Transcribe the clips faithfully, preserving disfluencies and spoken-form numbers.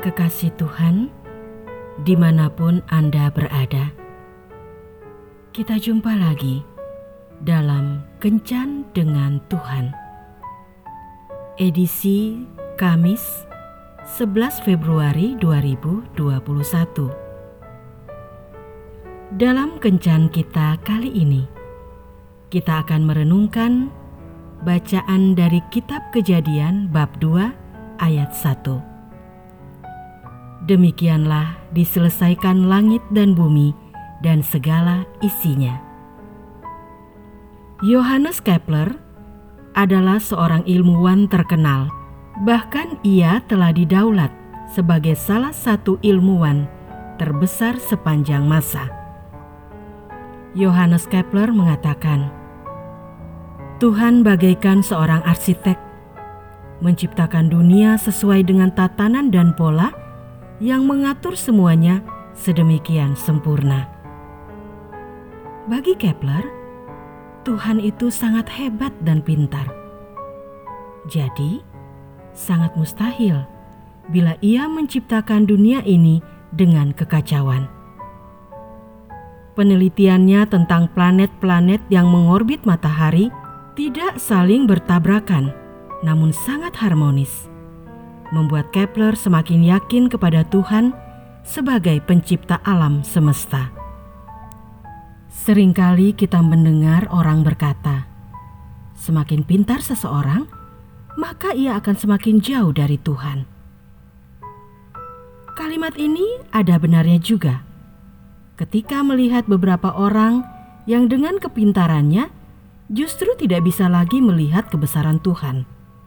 Kekasih Tuhan, dimanapun Anda berada, kita jumpa lagi dalam Kencan dengan Tuhan. Edisi Kamis sebelas Februari dua ribu dua puluh satu. Dalam Kencan kita kali ini, kita akan merenungkan bacaan dari Kitab Kejadian bab dua ayat satu. Demikianlah diselesaikan langit dan bumi dan segala isinya. Johannes Kepler adalah seorang ilmuwan terkenal. Bahkan ia telah didaulat sebagai salah satu ilmuwan terbesar sepanjang masa. Johannes Kepler mengatakan, Tuhan bagaikan seorang arsitek, menciptakan dunia sesuai dengan tatanan dan pola yang mengatur semuanya sedemikian sempurna. Bagi Kepler, Tuhan itu sangat hebat dan pintar. Jadi, sangat mustahil bila ia menciptakan dunia ini dengan kekacauan. Penelitiannya tentang planet-planet yang mengorbit matahari tidak saling bertabrakan, namun sangat harmonis, membuat Kepler semakin yakin kepada Tuhan sebagai pencipta alam semesta. Seringkali kita mendengar orang berkata, semakin pintar seseorang, maka ia akan semakin jauh dari Tuhan. Kalimat ini ada benarnya juga. Ketika melihat beberapa orang yang dengan kepintarannya justru tidak bisa lagi melihat kebesaran Tuhan.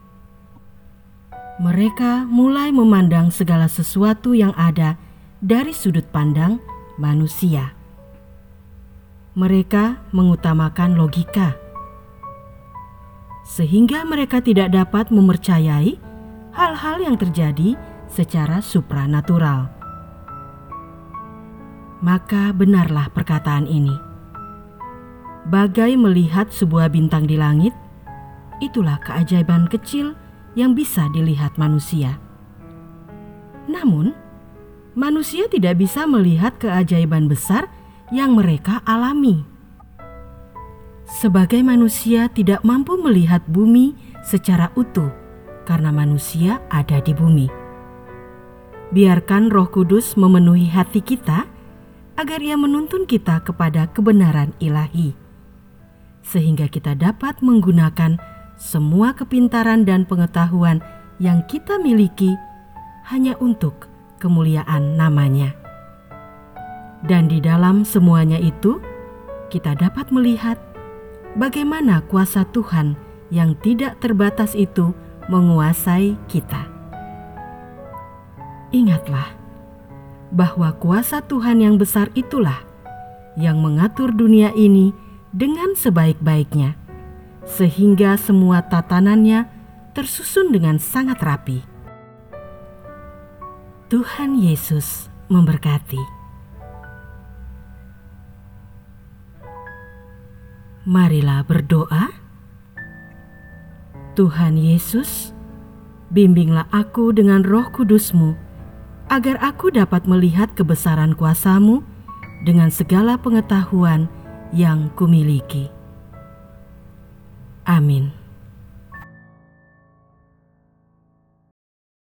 Mereka mulai memandang segala sesuatu yang ada dari sudut pandang manusia. Mereka mengutamakan logika, sehingga mereka tidak dapat mempercayai hal-hal yang terjadi secara supranatural. Maka benarlah perkataan ini. Bagai melihat sebuah bintang di langit, itulah keajaiban kecil yang bisa dilihat manusia. Namun, manusia tidak bisa melihat keajaiban besar yang mereka alami. Sebagai manusia tidak mampu melihat bumi secara utuh karena manusia ada di bumi. Biarkan Roh Kudus memenuhi hati kita agar Ia menuntun kita kepada kebenaran ilahi, sehingga kita dapat menggunakan semua kepintaran dan pengetahuan yang kita miliki hanya untuk kemuliaan nama-Nya. Dan di dalam semuanya itu, kita dapat melihat bagaimana kuasa Tuhan yang tidak terbatas itu menguasai kita. Ingatlah bahwa kuasa Tuhan yang besar itulah yang mengatur dunia ini dengan sebaik-baiknya, sehingga semua tatanannya tersusun dengan sangat rapi. Tuhan Yesus memberkati. Marilah berdoa. Tuhan Yesus, bimbinglah aku dengan Roh Kudus-Mu, agar aku dapat melihat kebesaran kuasa-Mu dengan segala pengetahuan yang kumiliki. Amin.